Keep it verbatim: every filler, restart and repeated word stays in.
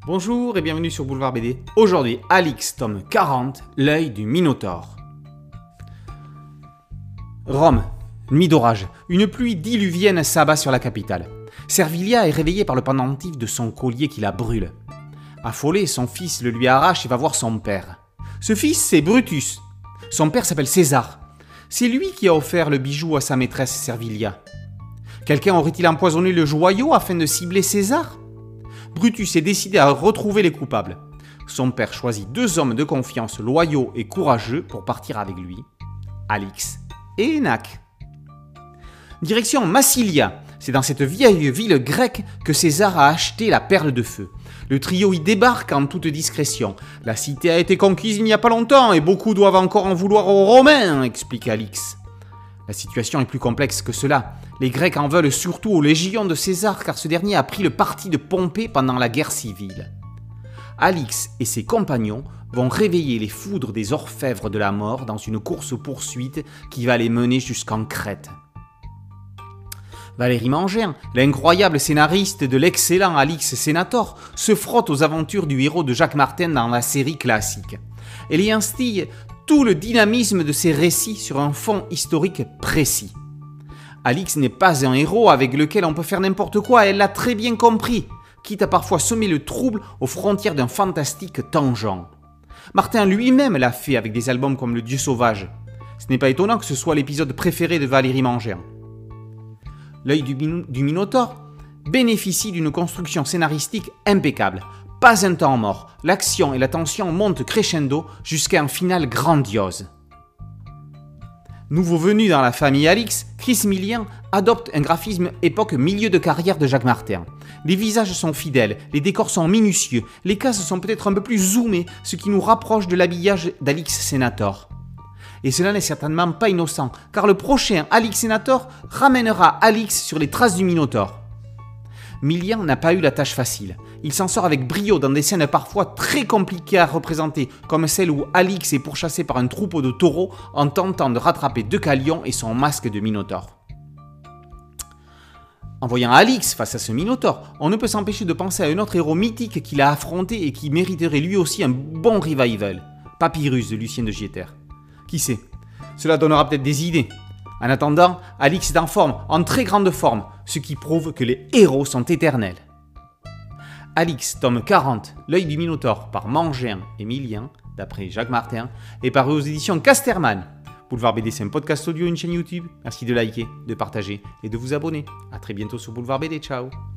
Bonjour et bienvenue sur Boulevard B D. Aujourd'hui, Alix, tome quarante, l'œil du Minotaure. Rome, nuit d'orage. Une pluie diluvienne s'abat sur la capitale. Servilia est réveillée par le pendentif de son collier qui la brûle. Affolé, son fils le lui arrache et va voir son père. Ce fils, c'est Brutus. Son père s'appelle César. C'est lui qui a offert le bijou à sa maîtresse Servilia. Quelqu'un aurait-il empoisonné le joyau afin de cibler César ? Brutus est décidé à retrouver les coupables. Son père choisit deux hommes de confiance loyaux et courageux pour partir avec lui, Alix et Énaque. Direction Massilia, c'est dans cette vieille ville grecque que César a acheté la perle de feu. Le trio y débarque en toute discrétion. La cité a été conquise il n'y a pas longtemps et beaucoup doivent encore en vouloir aux Romains, explique Alix. La situation est plus complexe que cela. Les Grecs en veulent surtout aux légions de César car ce dernier a pris le parti de Pompée pendant la guerre civile. Alix et ses compagnons vont réveiller les foudres des orfèvres de la mort dans une course-poursuite qui va les mener jusqu'en Crète. Valérie Mangin, l'incroyable scénariste de l'excellent Alix Sénator, se frotte aux aventures du héros de Jacques Martin dans la série classique. Elle y instille tout le dynamisme de ses récits sur un fond historique précis. Alix n'est pas un héros avec lequel on peut faire n'importe quoi, elle l'a très bien compris, quitte à parfois semer le trouble aux frontières d'un fantastique tangent. Martin lui-même l'a fait avec des albums comme Le Dieu sauvage. Ce n'est pas étonnant que ce soit l'épisode préféré de Valérie Mangin. L'œil du, min- du Minotaure bénéficie d'une construction scénaristique impeccable. Pas un temps mort, l'action et la tension montent crescendo jusqu'à un final grandiose. Nouveau venu dans la famille Alix, Chris Millian adopte un graphisme époque milieu de carrière de Jacques Martin. Les visages sont fidèles, les décors sont minutieux, les cases sont peut-être un peu plus zoomées, ce qui nous rapproche de l'habillage d'Alix Sénator. Et cela n'est certainement pas innocent, car le prochain Alix Sénator ramènera Alix sur les traces du Minotaure. Millian n'a pas eu la tâche facile. Il s'en sort avec brio dans des scènes parfois très compliquées à représenter, comme celle où Alix est pourchassé par un troupeau de taureaux en tentant de rattraper Deucalion et son masque de Minotaure. En voyant Alix face à ce Minotaure, on ne peut s'empêcher de penser à un autre héros mythique qu'il a affronté et qui mériterait lui aussi un bon revival, Papyrus de Lucien de Gietert. Qui sait, cela donnera peut-être des idées. En attendant, Alix est en forme, en très grande forme, ce qui prouve que les héros sont éternels. Alix, tome quarante, l'œil du Minotaure, par Mangin et Millian, d'après Jacques Martin, est paru aux éditions Casterman. Boulevard B D, c'est un podcast audio, une chaîne YouTube. Merci de liker, de partager et de vous abonner. A très bientôt sur Boulevard B D, ciao.